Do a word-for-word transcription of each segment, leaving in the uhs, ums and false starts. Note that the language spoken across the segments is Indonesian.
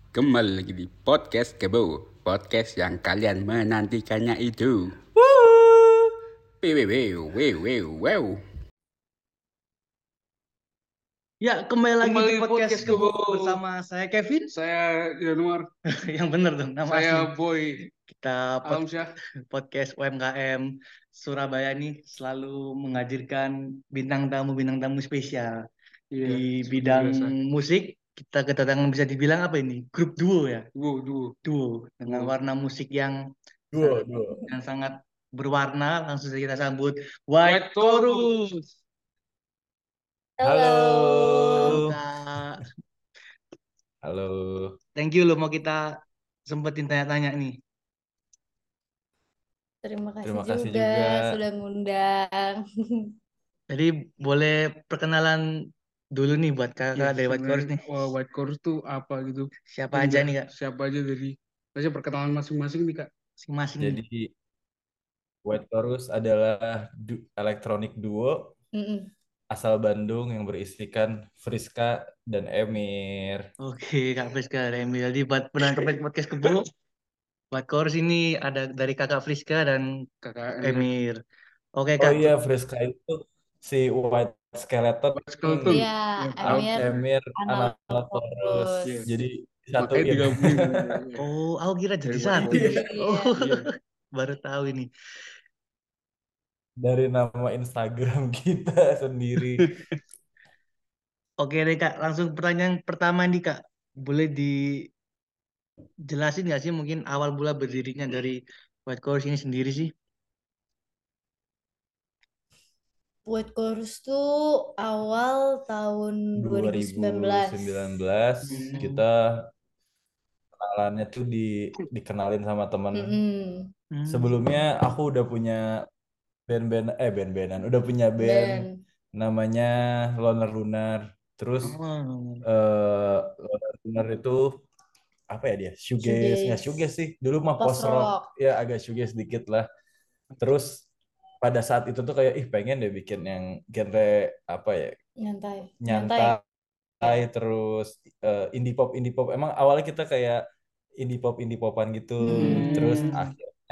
Kembali lagi di Podcast Kebo, podcast yang kalian menantikannya itu. Wow, wow, wow, wow, wow. Ya, kembali lagi Kembali di di podcast podcast Kebo Kebo. bersama saya Kevin. Saya Januar. Yang bener dong, nama Saya asli. Boy Kita pod- Alamsyah. podcast U M K M Surabaya nih selalu menghadirkan bintang tamu-bintang tamu spesial. Iya, Di seperti bidang biasa. musik, kita kedatangan bisa dibilang apa ini? Grup duo ya? Duo, duo. Duo. Dengan Duo. warna musik yang Dua, sangat, dua. yang sangat berwarna. Langsung saja kita sambut White White Chorus. Halo. Halo Kak. Halo. Thank you loh mau kita sempetin tanya-tanya nih. Terima kasih, Terima kasih juga, juga. sudah ngundang. Jadi boleh perkenalan dulu nih buat kakak Ya, dari White Chorus nih. Wah, White Chorus tuh apa gitu? Siapa Mungkin aja biar nih kak? Siapa aja dari Saya perkenalan masing-masing nih, Kak. Masing-masing Jadi nih. White Chorus adalah du- elektronik duo Mm-mm. asal Bandung yang berisikan Friska dan Emir. Oke kak Friska dari Emil. Jadi buat pendengar podcast kebo, White Chorus ini ada dari kakak Friska dan Kakak Emir. Emir. Oke Oh kak. iya, Friska itu si White Skeleton, White Skeleton. Iya, Ya, tahu. Emir Emir analog analog chorus. chorus. Iya. Jadi Makanya disatuin. digabungin. Oh, aku kira jadi Dari satu. White Chorus. Oh, Iya. baru tahu ini. Dari nama Instagram kita sendiri. Oke deh kak, langsung pertanyaan pertama nih kak. Boleh dijelasin nggak sih mungkin awal mula berdirinya dari White Chorus ini sendiri sih? White Chorus tuh awal tahun dua ribu sembilan belas. dua ribu sembilan belas Hmm. kita kenalannya tuh di dikenalin sama temen. Mm-mm. Hmm. Sebelumnya aku udah punya band-band eh band-bandan, udah punya band Band. namanya Loner Lunar. Terus Oh. eh Loner Lunar itu apa ya dia? Shoegaze, nggak Shoegaze. shoegaze sih. Dulu mah Post post rock, rock. ya agak shoegaze dikit lah. Terus pada saat itu tuh kayak ih pengen deh bikin yang genre apa ya? Nyantai. Nyantai, Nyantai. terus eh, indie pop indie pop. Emang awalnya kita kayak indie pop indie popan gitu. Hmm. Terus Hmm. akhirnya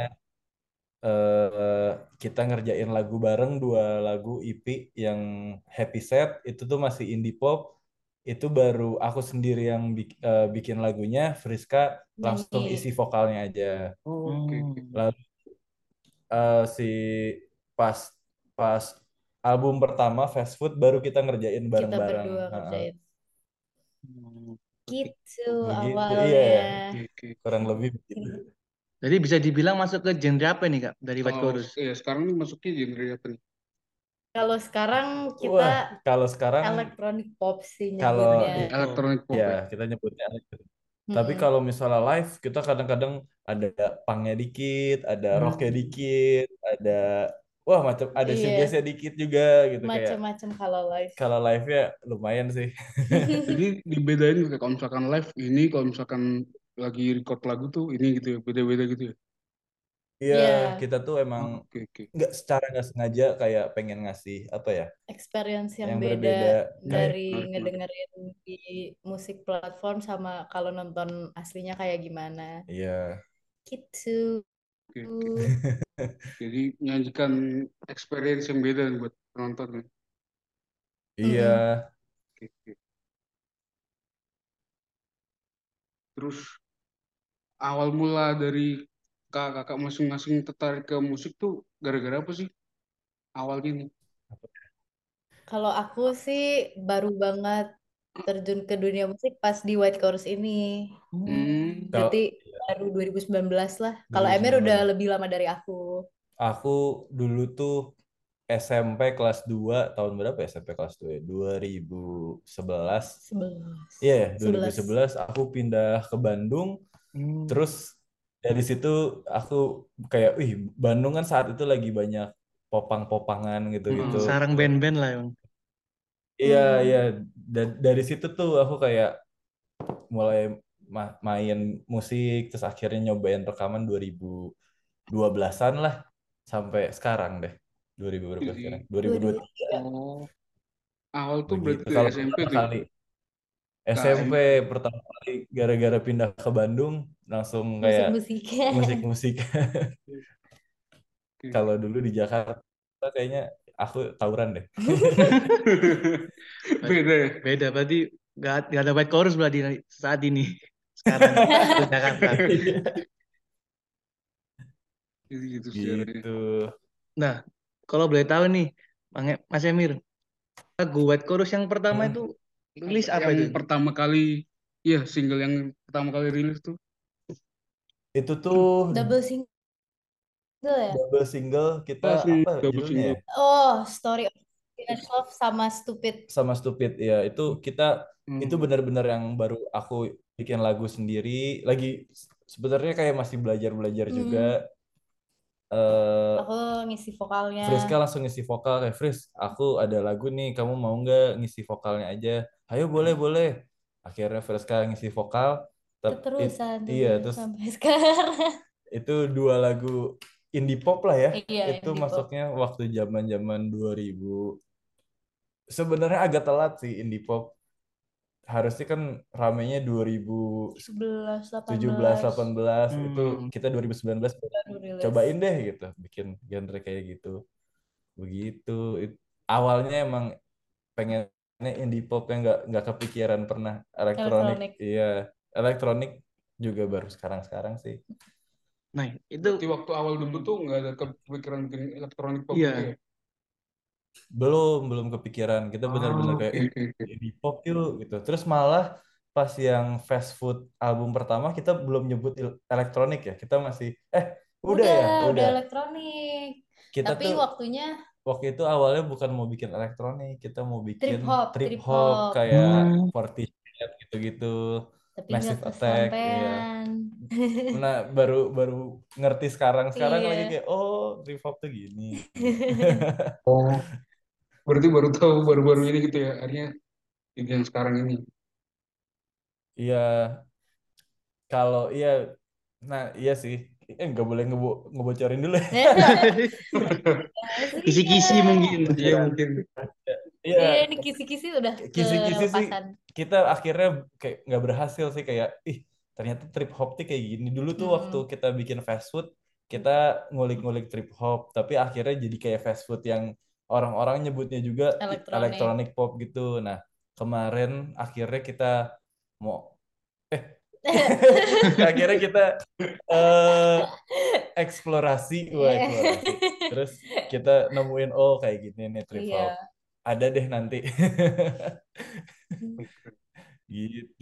eh kita ngerjain lagu bareng, dua lagu E P yang Happy Set itu tuh masih indie pop. Itu baru aku sendiri yang bik- eh, bikin lagunya, Friska langsung Nyanyi. isi vokalnya aja. Oh, oke, oke. Hmm. Lalu eh, si pas pas album pertama Fast Food baru kita ngerjain Kita bareng-bareng. berdua Ha-ha. ngerjain. Hmm. Gitu Begitu, iya ya, awalnya. Oke, oke. kurang lebih begitu. Jadi bisa dibilang masuk ke genre apa nih kak dari White Kalau Chorus? ya sekarang nih masuknya genre apa nih? Kalau sekarang Wah, kita kalau sekarang electronic pop sih kalau nyebutnya. Electronic pop. Elektronik pop ya ya. kita nyebutnya elektronik. Tapi Mm-mm. kalau misalnya live kita kadang-kadang ada punknya dikit, ada Hmm. rocknya dikit, ada wah macam ada Iya. shoegaze-nya dikit juga gitu kayak Macam-macam kalau live. kalau live-nya lumayan sih. Jadi dibedain kayak kalau misalkan live ini, kalau misalkan lagi record lagu tuh ini gitu ya, beda-beda gitu ya. Iya, Iya, kita tuh emang Oh, oke, oke. nggak secara nggak sengaja kayak pengen ngasih apa ya experience yang yang beda berbeda kayak dari Menarik, menarik. ngedengerin di musik platform sama kalau nonton aslinya kayak gimana. iya. Gitu. Oke, oke. Jadi menyajikan experience yang beda nih buat penonton ya. Iya, Mm-mm. Oke, oke. Terus awal mula dari kakak-kakak masing-masing tertarik ke musik tuh gara-gara apa sih awalnya nih? Kalau aku sih baru banget terjun ke dunia musik pas di White Chorus ini. Hmm, kalau Berarti baru dua ribu sembilan belas lah. Kalau Emir udah dua ribu sembilan belas lebih lama dari aku. aku dulu tuh S M P kelas dua tahun berapa ya S M P kelas dua ya? dua ribu sebelas. Sebelas. Iya, ya, Sebelas. dua ribu sebelas aku pindah ke Bandung. Hmm. Terus dari situ aku kayak, wih, Bandung kan saat itu lagi banyak popang-popangan gitu-gitu. Hmm, sarang band-band lah yang. Iya, Hmm. iya. Da- dari situ tuh aku kayak mulai ma- main musik, terus akhirnya nyobain rekaman dua ribu dua belasan-an lah sampai sekarang deh. dua ribu berapa jadi sekarang? dua ribu dua ribu dua puluh tiga oh awal tuh berarti begitu. dari Kalau S M P pertama tuh ya? kali K M. S M P pertama kali gara-gara pindah ke Bandung langsung kayak Musik-musiknya. musik-musik. Kalau dulu di Jakarta kayaknya aku tawuran deh. Beda ya. Beda, berarti gak, gak ada white chorus berarti saat ini. Sekarang di Jakarta. Gitu sejarahnya. Gitu. Nah, kalau boleh tahu nih, Bang E- Mas Emir, lagu white chorus yang pertama Hmm. itu rilis apa Yang itu? pertama kali, iya single yang pertama kali rilis tuh. Itu tuh Double single ya? double single kita Langsung apa double judulnya single. ya? Oh, Story of Teenage Love sama Stupid. Sama Stupid ya. Itu kita itu Hmm. benar-benar yang baru aku bikin lagu sendiri. Lagi sebenarnya kayak masih belajar-belajar juga. Hmm, eh aku ngisi vokalnya. Friska langsung ngisi vokal kayak Fris, aku ada lagu nih, kamu mau nggak ngisi vokalnya aja? Ayo boleh boleh. Akhirnya Friska ngisi vokal. Tapi Keterusan tuh iya dia terus sampai sekarang. itu dua lagu indie pop lah ya. Iya, Itu indie pop. masuknya waktu zaman-zaman dua ribu. Sebenarnya agak telat sih indie pop. Harusnya kan ramenya dua ribu sebelas, tujuh belas delapan delapan belas belas itu Hmm. kita dua ribu sembilan belas baru rilis. cobain deh gitu bikin genre kayak gitu. Begitu. It- awalnya emang pengennya indie pop yang nggak nggak kepikiran pernah elektronik. Elektronik. Iya, elektronik juga baru sekarang-sekarang sih. Nah, itu Berarti waktu awal debut tuh nggak ada kepikiran bikin elektronik pop iya. gitu ya? Belum belum kepikiran. Kita benar-benar Ah, kayak oke "Ih, oke oke. indie pop yuk gitu. Terus malah pas yang Fast Food album pertama kita belum nyebut il- elektronik ya. Kita masih eh udah Udah, ya, udah udah. elektronik. Kita Tapi tuh waktunya waktu itu awalnya bukan mau bikin elektronik, kita mau trip bikin hop, trip trip hop hop. kayak Hmm. Portishead gitu-gitu, Tapi nggak Massive Attack, iya. kesampaian. Nah, baru baru ngerti sekarang. Sekarang lagi Iya. kayak oh, trip hop tuh gini. Oh, berarti baru tahu baru-baru ini gitu ya. Akhirnya ini yang sekarang ini. Iya, kalau iya nah iya sih. Eh nggak boleh ngebo ngebocorin dulu ya. Kisi-kisi mungkin. Iya mungkin. Iya, Iya, ini kisi-kisi udah kisi-kisi sih kelepasan. kita akhirnya kayak nggak berhasil sih kayak ih ternyata trip hop tuh kayak gini dulu tuh waktu Hmm. kita bikin fast food kita ngulik-ngulik trip hop tapi akhirnya jadi kayak fast food yang orang-orang nyebutnya juga i- Elektronik. electronic pop gitu. Nah kemarin akhirnya kita mau akhirnya kita eh eksplorasi wah Iya. eksplorasi terus kita nemuin oh kayak gini nih trip Iya. hop ada deh nanti gitu.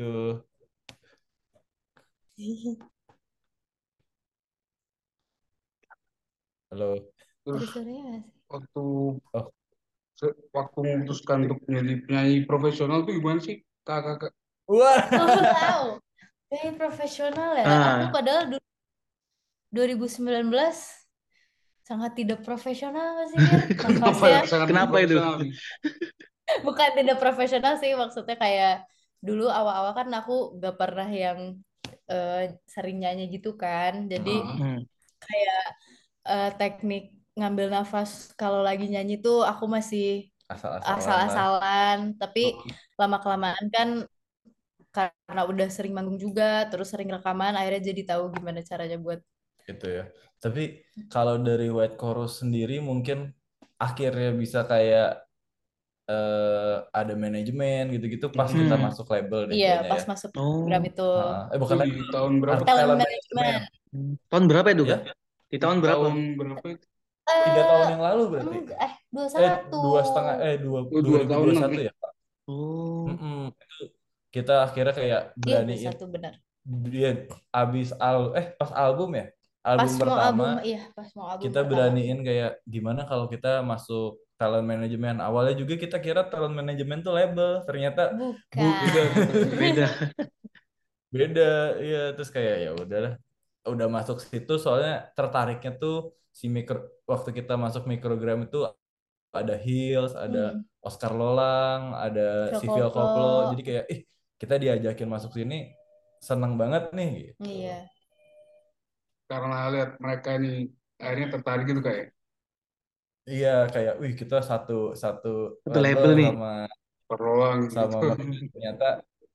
Halo. Ada Terus suaranya nggak sih? waktu Oh, se- waktu memutuskan untuk menjadi penyanyi profesional tuh gimana sih kakak? wah. Oh, tahu. Kayak profesional ya. Aku Ah, padahal du- dua ribu sembilan belas sangat tidak profesional nggak sih, Mir? Kenapa Nafasnya. sangat kenapa itu? profesional nih? Bukan tidak profesional sih, maksudnya kayak dulu awal-awal kan aku gak pernah yang eh, sering nyanyi gitu kan. Jadi Ah, Hmm. kayak eh, teknik ngambil nafas kalau lagi nyanyi tuh aku masih Asal-asalan lah. asal-asalan. Tapi ah. lama-kelamaan kan karena udah sering manggung juga, terus sering rekaman, akhirnya jadi tahu gimana caranya buat. Gitu ya. Tapi kalau dari White Chorus sendiri mungkin akhirnya bisa kayak eh, ada manajemen gitu-gitu pas Hmm. kita Hmm. masuk label deh Iya, kayaknya pas ya. masuk Oh. program itu. Ah, eh Itu bukan di label, tahun berapa? masuk Talent talent management. management. Tahun berapa itu, Ya, Kak? Di tahun Di berapa? tahun berapa itu? tiga tahun Eh, yang lalu berarti. enggak, eh, dua Eh satu. dua setengah eh dua Oh, dua dua ribu tahun dua lah satu ya. ya Pak. Oh. Mm-mm. Itu kita akhirnya kayak Iya, dua beraniin satu benar. dia abis al eh pas album ya Pas album mau pertama album, iya, pas mau album kita pertama. beraniin kayak gimana kalau kita masuk talent management. Awalnya juga kita kira talent management tuh label, ternyata Bukan. Beda. bukan. Beda. Beda ya. Terus kayak ya udahlah udah masuk situ soalnya tertariknya tuh si mikro waktu kita masuk mikrogram itu ada Hills, ada Hmm, Oscar Lolang, ada Phil si Phil Koplo. Koplo. Jadi kayak ih kita diajakin masuk sini seneng banget nih gitu. Iya. Karena lihat mereka ini akhirnya tertarik gitu kayak Iya kayak wih kita satu satu Satu label label nih. sama perlolang sama gitu. mereka ternyata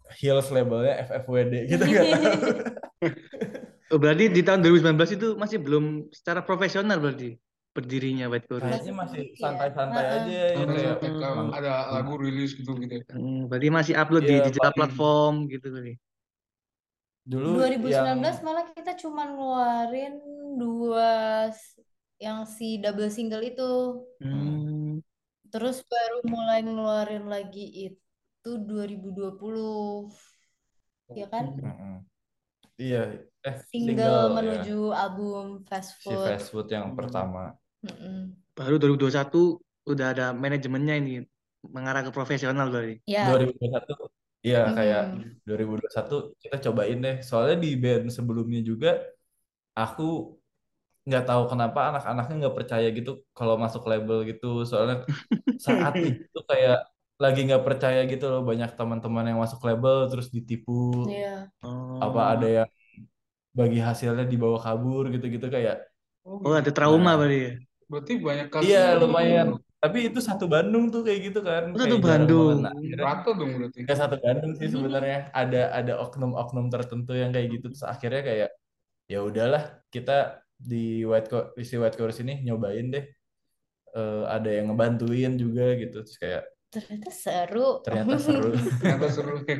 Hills labelnya F F W D gitu nggak tahu. Oh, berarti di tahun dua ribu sembilan belas itu masih belum secara profesional berarti berdirinya White Chorus. Kayaknya masih Masih ya. santai-santai Heeh. aja ya Sampai kayak sampai kalau mang- ada lagu rilis gitu gitu ya. Hmm, berarti masih upload di Iya, digital Pak. platform gitu kali. Dulu dua ribu sembilan yang belas malah kita cuma ngeluarin dua s- yang si double single itu. hmm, Hmm. Terus baru mulai ngeluarin lagi itu dua ribu dua puluh. Ya kan? Hmm. mm-mm. Iya, eh Single single ya menuju album Fast si Food. Fast Food yang Hmm. pertama. Mm-mm. Baru dua ribu dua puluh satu udah ada manajemennya ini mengarah ke profesional berarti. Ya. dua ribu dua puluh satu iya kayak Mm-mm. dua ribu dua puluh satu kita cobain deh. Soalnya di band sebelumnya juga aku nggak tahu kenapa anak-anaknya nggak percaya gitu kalau masuk label gitu. Soalnya saat itu kayak lagi nggak percaya gitu loh, banyak teman-teman yang masuk label terus ditipu, Iya. apa ada Oh, yang bagi hasilnya dibawa kabur gitu-gitu kayak. Oh oh ada gitu. trauma Nah, berarti ya. Berarti banyak iya kasusnya tuh. lumayan. Tapi itu satu Bandung tuh kayak gitu kan, Oh, satu kayak jarang banget. Nah, Bandung. akhirnya Rata dong berarti. nggak satu Bandung sih sebenarnya. Ada ada oknum-oknum tertentu yang kayak gitu. Terus akhirnya kayak ya udahlah kita di White Co di si White Chorus ini nyobain deh. Eh, ada yang ngebantuin juga gitu. Terus kayak Ternyata seru. ternyata seru. Ternyata seru ya.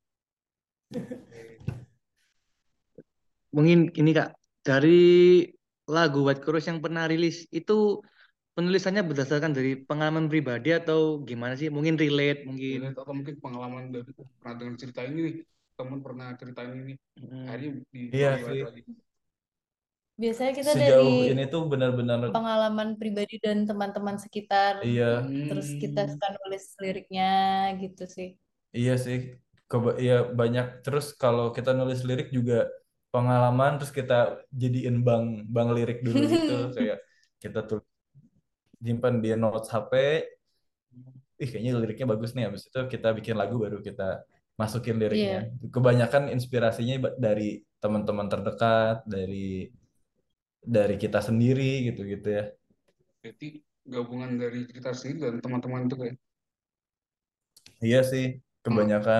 Mungkin ini Kak, dari lagu White Chorus yang pernah rilis itu penulisannya berdasarkan dari pengalaman pribadi atau gimana sih? Mungkin relate, mungkin. Relate atau mungkin pengalaman dari oh, pernah dengar cerita ini nih, temen pernah ceritain ini, Hmm. akhirnya Iya di sih. lagi. Biasanya kita Sejauh dari ini tuh benar-benar pengalaman pribadi dan teman-teman sekitar. iya Terus kita Hmm. suka nulis liriknya gitu sih. iya sih. Keba iya banyak. Terus kalau kita nulis lirik juga pengalaman terus kita jadiin bank bank lirik dulu gitu kayak kita tuh simpan di notes H P. Ih kayaknya liriknya bagus nih. Habis itu kita bikin lagu baru kita masukin liriknya. Iya. Kebanyakan inspirasinya ba- dari teman-teman terdekat, dari dari kita sendiri gitu-gitu ya. Berarti gabungan dari cerita sendiri dan teman-teman itu kayak. Iya sih, Hmm. kebanyakan.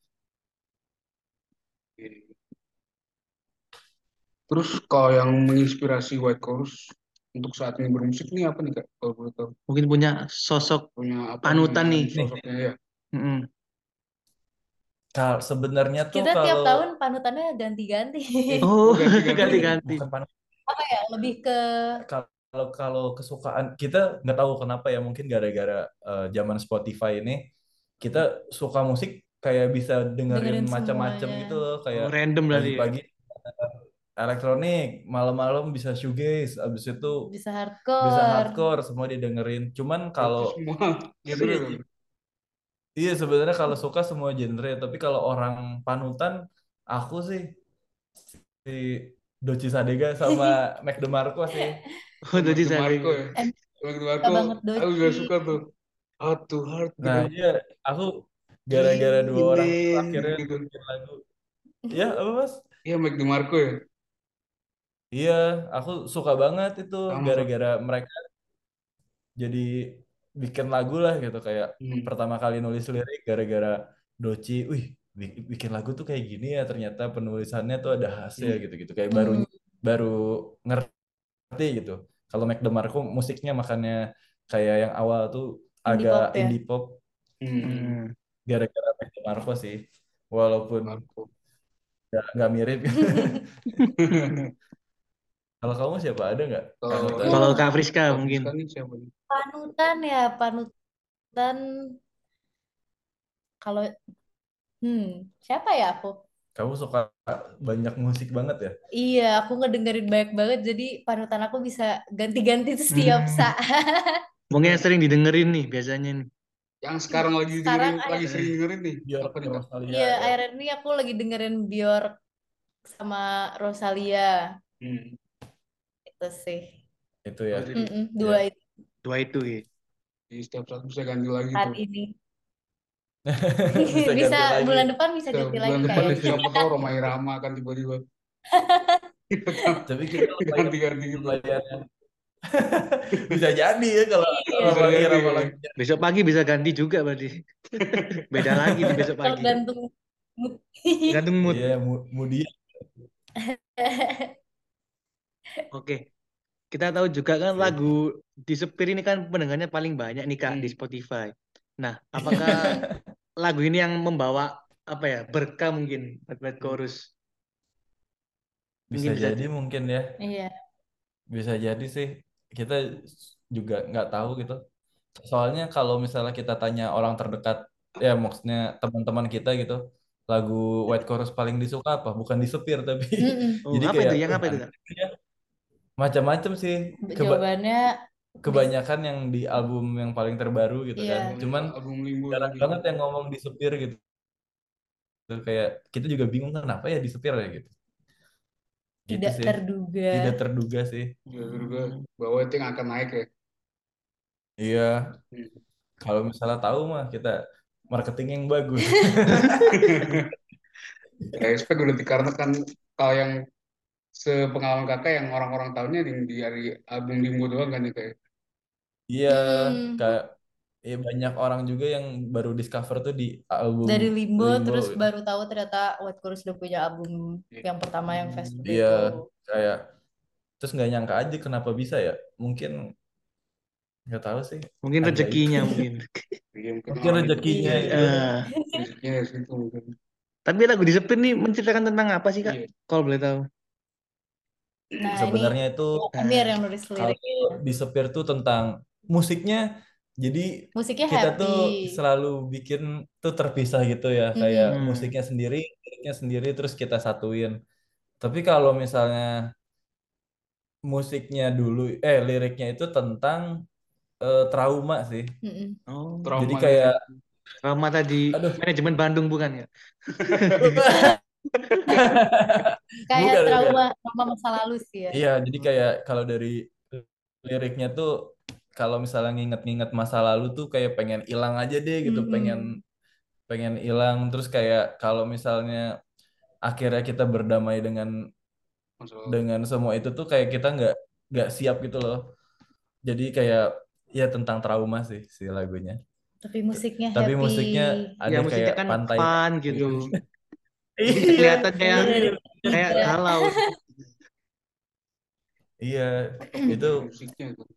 Terus kalau yang menginspirasi White Chorus untuk saat ini bermusik nih apa nih Kak? Kalau boleh tahu. Mungkin punya sosok Punya apa panutan nih nih. sosoknya ya? Mm-mm. Kal- sebenarnya tuh Kita tiap kalau tahun panutannya ganti-ganti. Eh, Oh, oh ganti-ganti. ganti-ganti. bukan pan- Apa ya? Lebih ke kalau kalau kesukaan kita nggak tahu kenapa ya, mungkin gara-gara eh, zaman Spotify ini kita suka musik kayak bisa dengerin dengerin macam-macam semuanya. gitu loh, Oh, kayak random berarti ya. pagi-pagi elektronik, malam-malam bisa shoegaze, abis itu Bisa bisa hardcore. hardcore, semua didengerin. Cuman Berarti kalau semua genre iya, dong. iya sebenarnya kalau suka semua genre, tapi kalau orang panutan aku sih si Doci Sadega sama Mac DeMarco sih. Oh, Mac jadi DeMarco saya. ya. Em, Mac suka DeMarco banget aku juga Doci. suka tuh. Heart to Heart Nah gitu. iya, aku gara-gara dua orang itu Dreaming akhirnya gitu. bikin lagu. Iya apa mas? Iya Mac DeMarco ya. Iya, aku suka banget itu Sama-sama. gara-gara mereka jadi bikin lagu lah gitu, kayak Hmm. pertama kali nulis lirik gara-gara Doci, wih bi- bikin lagu tuh kayak gini ya, ternyata penulisannya tuh ada hasil Hmm. gitu-gitu, kayak baru Hmm, baru ngerti gitu. Kalau Mac DeMarco musiknya makanya kayak yang awal tuh indie agak pop ya. indie pop Hmm. Hmm. gara-gara Mac DeMarco sih, walaupun DeMarco. nggak nggak mirip. Kalau kamu siapa, ada nggak Kalau panutan? Kalau Aku Kak Friska Kak mungkin. Friska nih siapa nih? panutan ya, panutan kalau hmm, siapa ya aku? Kamu suka banyak musik banget ya? Iya, aku ngedengerin banyak banget, jadi panutan aku bisa ganti-ganti tuh setiap Hmm. saat. Mungkin yang sering didengerin nih biasanya nih. Yang sekarang lagi Sekarang dengerin, lagi akhir, sering dengerin nih. Bjork Apa nih dan Kak? Rosalia iya ya. akhir ini aku lagi dengerin Bjork sama Rosalia Hmm. itu sih. Itu Oh ya. jadi Mm-mm, Ya. dua itu Dua itu ya. di setiap saat bisa ganti lagi saat tuh. ini. Bisa ganti Bisa lagi. bulan depan bisa Bisa ganti bulan lagi depan kayaknya. siapa tahu Roma Irama kan tiba-tiba Tapi kita lumayan ganti-ganti gitu. lumayan bisa jadi ya kalau Iya. kalau Bisa lagi jadi Rama ya. lagi. Besok pagi bisa ganti juga berarti. Beda lagi di besok pagi. Tergantung Tergantung mood. Iya, mu- moody. Oke. Kita tahu juga kan Sip. lagu Disappear ini kan pendengarnya paling banyak nih Kak di Hmm. Spotify. Nah, apakah lagu ini yang membawa apa ya berkah mungkin buat buat Hmm. chorus? Bisa Mungkin bisa. jadi mungkin ya. Iya. Bisa jadi sih. Kita juga nggak tahu gitu. Soalnya kalau misalnya kita tanya orang terdekat, ya maksudnya teman-teman kita gitu, lagu White Chorus paling disuka apa? Bukan Disappear tapi Mm-mm. Oh, jadi apa kayak itu? Yang "Wih, apa itu aneh Kak? ya." Macam-macam sih. Keba- Jawabannya dis kebanyakan yang di album yang paling terbaru gitu kan. iya. Cuman Album Limbo jarang tadi. banget yang ngomong Disappear gitu. Kayak kita juga bingung kenapa ya Disappear ya gitu. Gitu Tidak sih. terduga. Tidak terduga sih. Ya, juga Hmm. bahwa itu yang akan naik ya. Iya, Hmm. kalau misalnya tahu mah kita marketing yang bagus. Ya, expect berarti karena kan kalau yang sepengalaman kakak yang orang-orang tahunya di, di hari album Limbo doang kan ya kayak. Iya, Mm-mm. kayak ya banyak orang juga yang baru discover tuh di album Dari Limbo Limbo. terus baru tahu ternyata White Chorus udah punya album yang pertama yang Hmm. Facebook Iya, itu. kayak terus nggak nyangka aja kenapa bisa ya? Mungkin nggak tahu sih, Mungkin ajaib. rezekinya mungkin. Iya, mungkin Mungkin orang rezekinya Iya. itu. Eh, rezekinya dari situ mungkin. tapi lagu Disappear nih menceritakan tentang apa sih Kak? Iya. Kalau boleh tahu. Nah, ini Sebenarnya itu Amir Nah, yang nulis kalau liriknya. Disappear tuh tentang musiknya. Jadi Musiknya kita happy. tuh selalu bikin tuh terpisah gitu ya, kayak Mm-mm. hmm. musiknya sendiri, liriknya sendiri, terus kita satuin. Tapi kalau misalnya musiknya dulu, eh liriknya itu tentang eh, trauma sih. Mm-mm. Oh, Jadi Trauma kayak, dari trauma tadi aduh, manajemen Bandung bukan ya? Kayak bukan bukan. trauma trauma masa lalu sih ya. Iya, jadi kayak kalau dari liriknya tuh, kalau misalnya nginget-nginget masa lalu tuh kayak pengen hilang aja deh gitu, pengen Mm-mm. pengen hilang. Terus kayak kalau misalnya akhirnya kita berdamai dengan masalah. dengan semua itu tuh kayak kita nggak nggak siap gitu loh. Jadi kayak ya tentang trauma sih si lagunya. Tapi musiknya Tapi happy. musiknya Ya ada musiknya kayak kan pantai. fun Iya, gitu. musik. Jadi nggak Iya, kelihatan kayak Iya dari kayak tiga. galau. iya, itu Musiknya itu.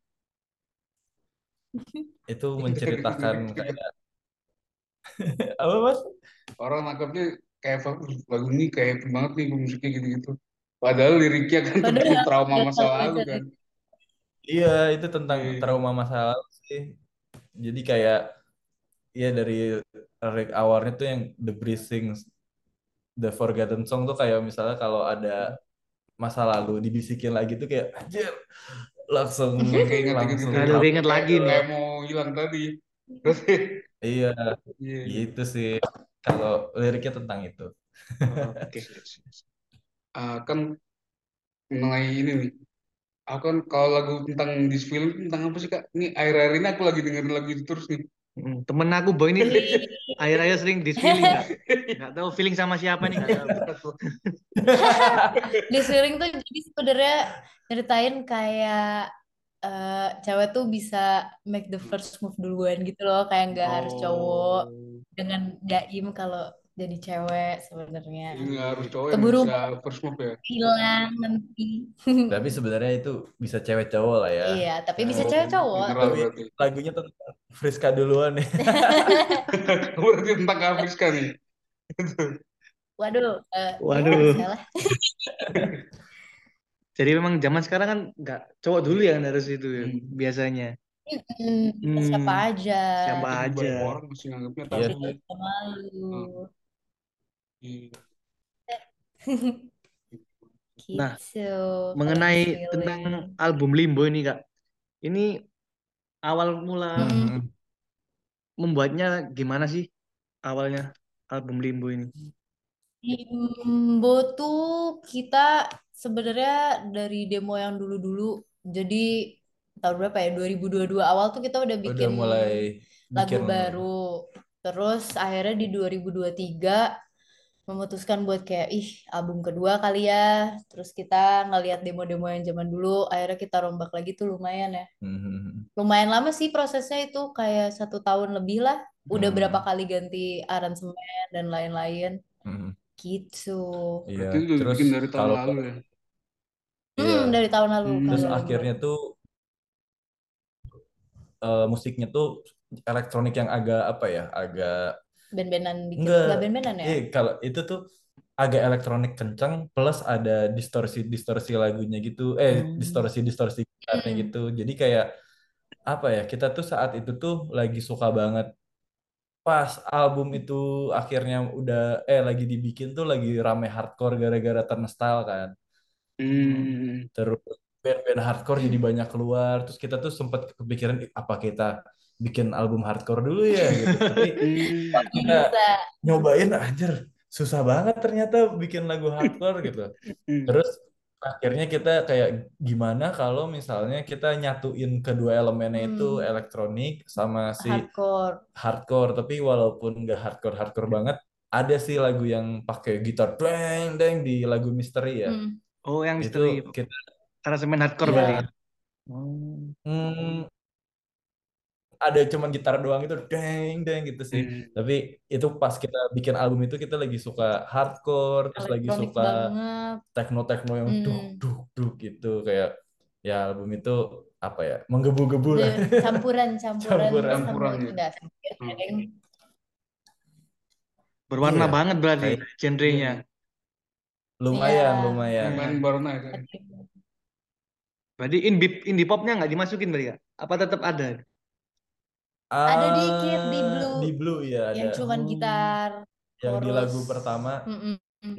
itu menceritakan kayak apa mas? Orang nangkapnya kayak "Wih, lagu ini kayak happy banget nih musiknya gitu-gitu. Padahal liriknya kan tentang Padahal trauma ya, masa kalau lalu baca kan. lirik. Iya, itu tentang Iya. trauma masa lalu sih. Jadi kayak ya dari lirik awalnya tuh yang The Breathing, The Forgotten Song tuh kayak misalnya kalau ada masa lalu dibisikin lagi tuh kayak anjir langsung Kayak keinget gitu langsung Aduh, trauma. inget kayak, lagi nih. kayak mau hilang tadi. Terus Iya, iya. gitu sih. Kalau liriknya tentang itu. Oke. Ah, kan mengenai ini nih. Aku kan kalau lagu tentang this film tentang apa sih Kak? Ini akhir-akhir ini aku lagi dengerin lagu itu terus nih. Mm, temen aku boy ini akhir-akhir sering this feeling kak. Nggak tahu feeling sama siapa nih nggak tahu. Di Swiring tuh jadi sebenarnya nyeritain kayak eh, cewek tuh bisa make the first move duluan gitu loh, kayak nggak harus cowok Oh. dengan jaim kalau jadi cewek sebenarnya. Ini nggak harus cowok yang Keburu bisa first move ya. hilang nanti. Tapi sebenarnya itu bisa cewek cowok lah ya. Iya, tapi bisa Oh, cewek cowok. general Tapi berarti. lagunya tentang Friska duluan nih. Berarti tentang Kak Friska nih. Waduh, eh, ya Waduh. bisa lah. Jadi memang zaman sekarang kan nggak cowok dulu yang harus itu ya, Hmm. biasanya. Hmm, bisa siapa Hmm, aja. siapa Tapi aja. banyak orang masih nganggapnya Iya. tabu. Bisa malu. Iya. Nah, Gitu. Kalau mengenai This tentang Feeling. album Limbo ini kak, ini awal mula Mm-mm. Hmm. membuatnya gimana sih awalnya album Limbo ini? Limbo tuh kita sebenarnya dari demo yang dulu-dulu. Jadi tahun berapa ya? dua ribu dua puluh dua awal tuh kita udah Udah bikin mulai lagu bikin baru. Terus akhirnya di dua ribu dua puluh tiga memutuskan buat kayak ih album kedua kali ya. Terus kita ngeliat demo-demo yang zaman dulu, akhirnya kita rombak lagi tuh lumayan ya. Hmm. Lumayan lama sih prosesnya itu kayak satu tahun lebih lah. Udah Hmm. berapa kali ganti aransemen dan lain-lain. Mm, Gitu. iya. Berarti itu udah Terus dibikin dari tahun kalau lalu ya. iya, Hmm, dari tahun lalu Hmm. terus karya lagu akhirnya baru. tuh eh, musiknya tuh elektronik yang agak apa ya, agak Band-bandan dikit. enggak, Nggak band-bandan ya? eh kalau itu tuh agak elektronik kenceng plus ada distorsi-distorsi lagunya gitu, eh Hmm. distorsi-distorsi gitarnya Hmm. gitu. Jadi kayak apa ya, kita tuh saat itu tuh lagi suka banget pas album itu akhirnya udah eh lagi dibikin tuh lagi rame hardcore gara-gara Turnstile kan. Hmm. Terus band-band hardcore jadi banyak keluar. Terus kita tuh sempat kepikiran, "Ih, apa kita bikin album hardcore dulu ya gitu." Tapi Hmm. pas kita Bisa. nyobain anjir, susah banget ternyata bikin lagu hardcore gitu. Hmm. Terus akhirnya kita kayak gimana kalau misalnya kita nyatuin kedua elemennya itu Hmm. elektronik sama si Hardcore. hardcore, tapi walaupun nggak hardcore hardcore banget, ada sih lagu yang pakai gitar deng deng di lagu Misteri ya. Hmm. Oh, yang Itu misteri. kita Aransemen hardcore ya berarti. Oh. hmm, ada cuman gitar doang itu deng deng gitu sih. Hmm. Tapi itu pas kita bikin album itu kita lagi suka hardcore, terus lagi Elektronik suka banget. tekno-tekno yang duk Hmm. duk duk gitu, kayak ya album itu apa ya, menggebu-gebu lah. The campuran campuran Campuran. sama Campuran ya. enggak sampai Hmm. deng. Berwarna Iya, banget berarti kayak genrenya. lumayan Iya. lumayan. Main Iya. bareng aja. Berarti indie indie popnya nggak dimasukin berarti ya? Apa tetap ada? Ada dikit di Ah, Blue di Blue ya yang ada. cuman Oh. gitar, Yang di chorus. lagu pertama. Mm-mm.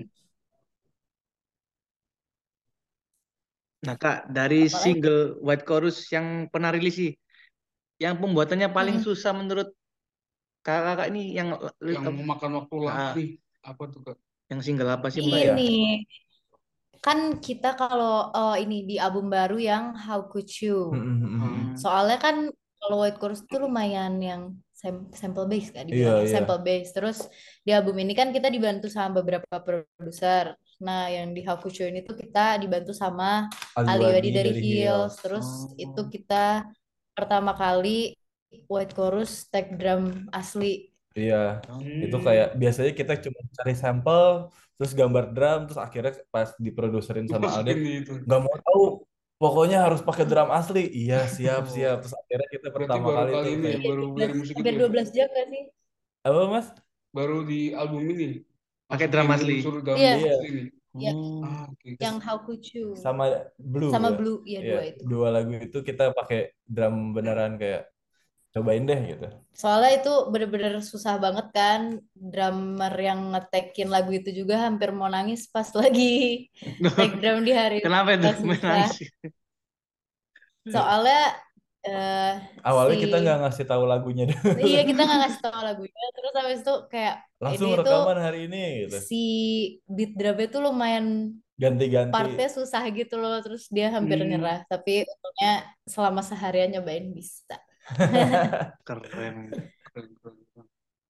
Nah, Kak, dari Apalagi? single White Chorus yang pernah rilis sih, yang pembuatannya paling Mm-mm. susah menurut kakak-kakak ini yang Yang memakan waktu lama ah, nih. Apa tuh Kak? yang single apa sih Apa Mbak? ya? Ini kan kita kalau eh, ini di album baru yang How Could You. Mm, mm, mm, mm. Hmm. Soalnya kan kalau White Chorus itu lumayan yang sam- sample base kan Iya, dibilangnya iya. sample base. Terus di album ini kan kita dibantu sama beberapa produser. Nah, yang di How Could You ini tuh kita dibantu sama Ali Ali Wadi Wadi dari dari Hills. Hills. Terus Oh. itu kita pertama kali White Chorus take drum asli. Iya, itu Hmm. kayak biasanya kita cuma cari sampel, terus gambar drum, terus akhirnya pas diproduserin sama Masukin Aldet, di itu. nggak mau tahu, pokoknya harus pakai drum asli. Iya, siap, Oh. siap. Terus akhirnya kita Berarti pertama baru kali kali tuh ini ya, kayak, baru dari musik Hampir itu. dua belas jam gak sih? apa Mas? Baru di album ini. Pakai Masukin drum asli. unsur drum Iya, Iya, asli nih. yang Oh. Ah, oke. yang How Could You sama Blue sama ya. Blue ya Iya, dua itu. dua lagu itu kita pakai drum beneran, kayak cobain deh gitu. Soalnya itu bener-bener susah banget kan, drummer yang ngetekin lagu itu juga hampir mau nangis pas lagi take drum di hari Kenapa itu pas susah. menangis? Soalnya eh, Awalnya si kita nggak ngasih tahu lagunya dulu. iya kita nggak ngasih tahu lagunya, terus habis itu kayak Langsung ini tuh rekaman hari ini gitu. si beat drumnya tuh lumayan Ganti-ganti. partnya susah gitu loh, terus dia hampir Hmm. nyerah, tapi untungnya selama seharian nyobain bisa. Keren. Keren, keren, keren.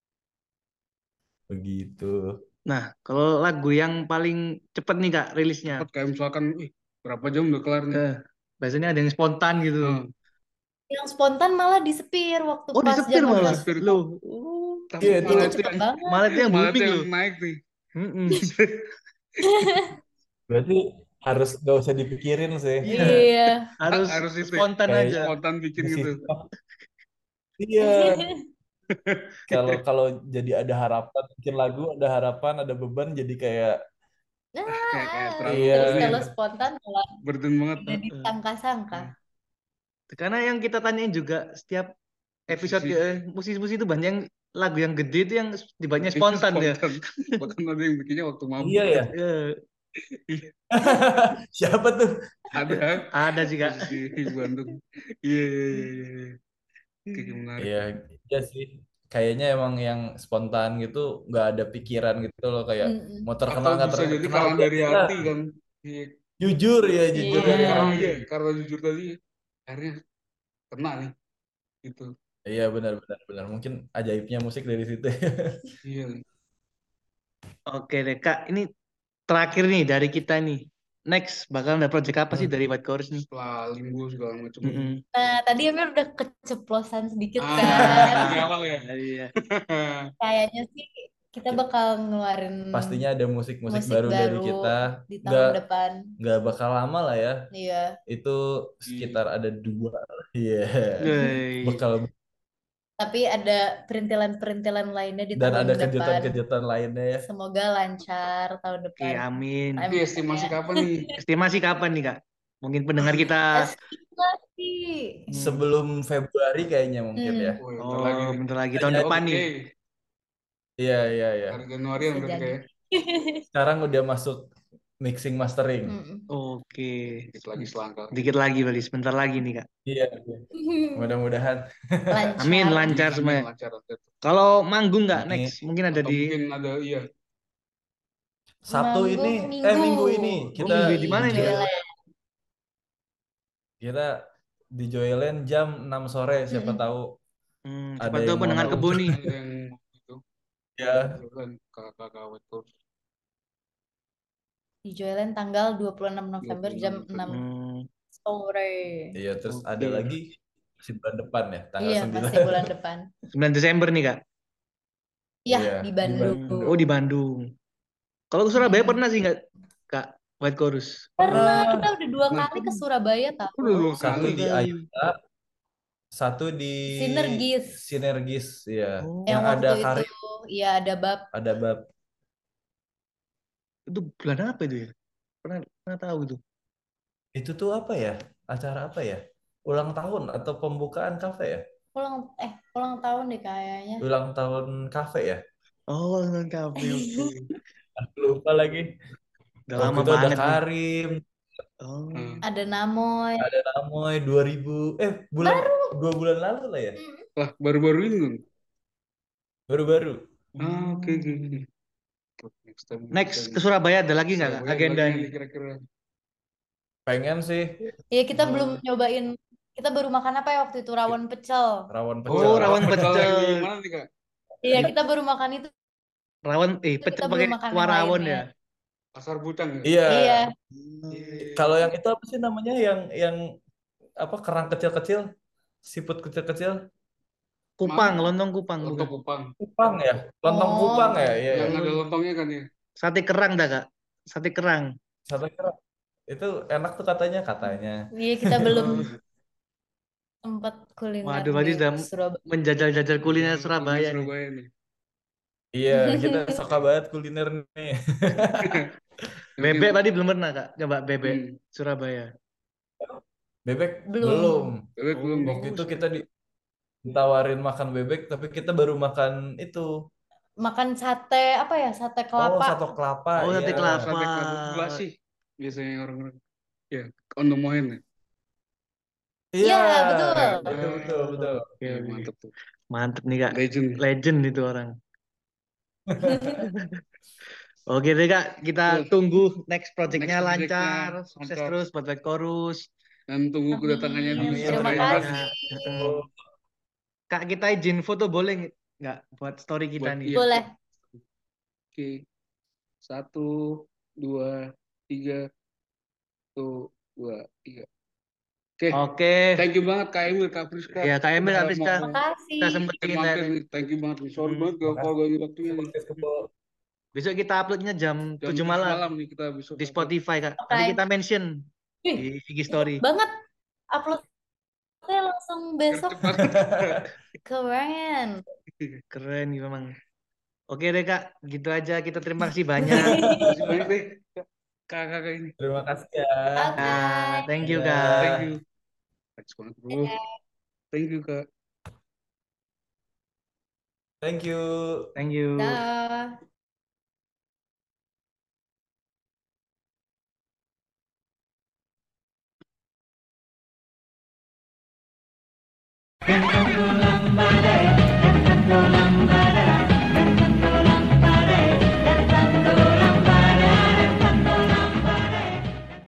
Begitu. Nah, kalau lagu yang paling cepet nih Kak rilisnya, Cepet kayak misalkan, ih, berapa jam udah kelar nih. eh, biasanya ada yang spontan gitu. Hmm. Yang spontan malah disepir waktu Oh, pas disepir zaman malah. pas Disepir. Loh, oh, Tapi Iya, itu malah itu itu cepet yang, banget. malah itu yang malah itu booming yang loh. naik nih. Mm-mm. berarti harus gak usah dipikirin sih. Iya, Iya. harus Harus itu ya, spontan aja. Kayaknya spontan bikin di gitu. sistem. Iya, kalau kalau jadi ada harapan bikin lagu, ada harapan, ada beban, jadi kayak Nah, Kayak kayak terlalu iya. terus ini ya, kalau spontan malah burden banget. udah Nah. disangka-sangka. Karena yang kita tanyain juga setiap episode Musisi. eh, musisi-musisi itu banyak yang lagu yang gede itu yang dibuatnya Itu spontan ya. spontan. Bahkan ada yang bikinnya waktu mabuk. Iya ya. Eh, Siapa tuh? Ada ada sih Kak. musisi Bandung. Iya, iya, iya, iya. Kayak menarik. Iya, iya sih. Kayaknya emang yang spontan gitu, nggak ada pikiran gitu loh, kayak Mm-mm. mau terkenal Atau nggak bisa jadi terkenal karena dari biasa. hati kan. Iya. Jujur ya, jujur Iya. dari Karena hati. iya, karena jujur tadi akhirnya kena nih. Gitu. Iya, benar benar benar. Mungkin ajaibnya musik dari situ. Iya. Oke deh Kak, ini terakhir nih dari kita nih. Next bakal ada project apa sih Hmm. dari White Chorus nih? Setelah limbo segala macam. Mm-mm. Nah, tadi Amir udah keceplosan sedikit Ah, kan. di awal ya. Iya. Kayaknya sih kita Ki- bakal ngeluarin Pastinya ada musik-musik musik baru dari baru kita. di tahun Nggak depan. nggak bakal lama lah ya. Iya. Itu Iya. sekitar ada dua. Iya. Wey. Bakal Tapi ada perintilan-perintilan lainnya di dan ada tahun depan. kejutan-kejutan lainnya ya. Semoga lancar tahun Oke, depan. amin. Tapi I'm estimasi ya. kapan nih? Estimasi kapan nih, Kak? Mungkin pendengar kita Estimasi. hmm, Sebelum Februari kayaknya mungkin Hmm. ya. Oh, ya, bentar lagi oh, nih. bentar lagi tahun Jadi, depan Oke, nih. Iya, iya, iya. hari Januari Bisa berarti jadi. kayak Sekarang udah masuk mixing mastering. Mm-mm. Oke. dikit lagi selangkah. Dikit lagi berarti, sebentar lagi nih, Kak. Iya, iya. Mudah-mudahan. Amin, Lancar. lancar Amin, semuanya. lancar, lancar. Kalau manggung nggak Amin. next? Mungkin ada Atau di mungkin ada iya Sabtu Manggung ini, minggu eh minggu ini Oh, kita minggu di di mana ini, Kak? Joyland. kita di Joyland jam enam sore. Siapa Mm-mm. tahu Hmm, ada siapa tahu yang mau pendengar kebo nonton. nih. ada yang itu Ya, kan kakak-kakak wetor Di Joyland tanggal dua puluh enam November jam enam Hmm, sore. iya terus ada oke. lagi masih bulan depan ya, tanggal Iya, sembilan. pasti bulan depan. sembilan Desember nih, Kak. Iya, Iya, di di Bandung. Hmm, Bandung. oh, di Bandung. Kalau ke Surabaya Mm-mm. pernah sih nggak, Kak? White Chorus. Pernah, kita Pernah udah dua nah kali ke Surabaya udah tahu. dua satu kali Dua di kali. Ayuda, satu di Sinergis. Sinergis ya, Oh, Yang yang ada waktu itu Karim, ya ada bab ada Bab. itu bulan apa itu ya? Pernah pernah tahu itu. Itu tuh apa ya? Acara apa ya? Ulang tahun atau pembukaan kafe ya? ulang eh ulang tahun deh kayaknya. Ulang tahun kafe ya? Oh, nonton kafe, oke. Aku lupa lagi. Udah Waktu lama itu ada banget nih. Karim, Oh, Hmm. Ada Namoy. ada Namoy dua ribu eh bulan Baru. dua bulan lalu lah ya. Mm. lah baru-baru ini kan Baru-baru. ah oke oke hmm. oke. Next time Next kita ke Surabaya ada lagi nggak, Kak, Surabaya ada lagi agendanya? nanti kira-kira Pengen sih Iya, kita Oh, belum nyobain. Kita baru makan apa ya waktu itu? Rawon pecel. rawon oh, pecel. rawon pecel yang di pecel. mana nih kak? Iya, kita baru makan itu. Rawon, eh, Kita pecel belum pakai makan kuah yang rawon lainnya. ya? Pasar Butang ya? Iya. Iya. Hmm. Iya. Kalau yang itu apa sih namanya? Yang yang apa kerang kecil-kecil, siput kecil-kecil, Kupang, Mana? lontong kupang bukan? Lontong Kupang. kupang ya, lontong kupang Oh, ya, iya. Yang Ya. ada lontongnya kan ya? Sate kerang dah, Kak. Sate kerang. Sate kerang. Itu enak tuh katanya, katanya. iya kita belum Oh, sempat kuliner waduh, berarti di sudah Surabaya. menjajal-jajal kuliner Kuliner Surabaya nih. Surabaya nih. Iya, kita suka banget kuliner nih. Oke, Bebek tadi belum pernah, Kak. Coba bebek hmm. Surabaya. Bebek Belum. belum. Bebek belum nih. Waktu Oh, itu kita di- ditawarin makan bebek, tapi kita baru makan itu. Makan sate apa ya? Sate Oh, kelapa. sate kelapa, oh, iya. sate kelapa. Sate kelapa basi biasanya orang-orang. Ya, kondomohen ya. Iya, Iya, betul. betul, betul, betul. Oke, Iya, oke. mantep tuh. Mantep nih, Kak. Legend. Legend itu orang. Oke deh, Kak. Kita Tuh, tunggu next projectnya next lancar. projectnya Sukses mantap. terus buat White Chorus. Dan tunggu kedatangannya di Amin. Amin, Terima terima Surabaya. kasih. Kak, Heeh. Kak, kita izin foto boleh nggak buat story kita Buat nih? iya. Boleh. Oke. Satu, dua, tiga. Satu, dua, tiga. Oke. Oke. Thank you banget Kak Emil, Kak Priska. Ya, Kak Emil, Udah Kak Priska. mau Makasih. Kita sempetin mampir saya nih. nih. Thank you banget nih. Sorry Hmm. banget gak kalau gak ada waktunya nih. Podcast Kebo. Besok kita uploadnya jam Jam tujuh tujuh malam malam nih kita besok di upload. Spotify, Kak. Oke. Nanti kita mention Ih, di I G Story. banget. Uploadnya langsung besok. Cepat. Keren. Keren gitu memang. Oke deh, Kak. Gitu aja. Kita terima kasih banyak. Terima kasih banyak deh kakak-kakak ini. Terima kasih ya. Oke. Nah, thank you, Dadah. Kak. Thank you. Thanks banget bro. Thank you Kak. Thank you. Thank you. Dah. Pulang badai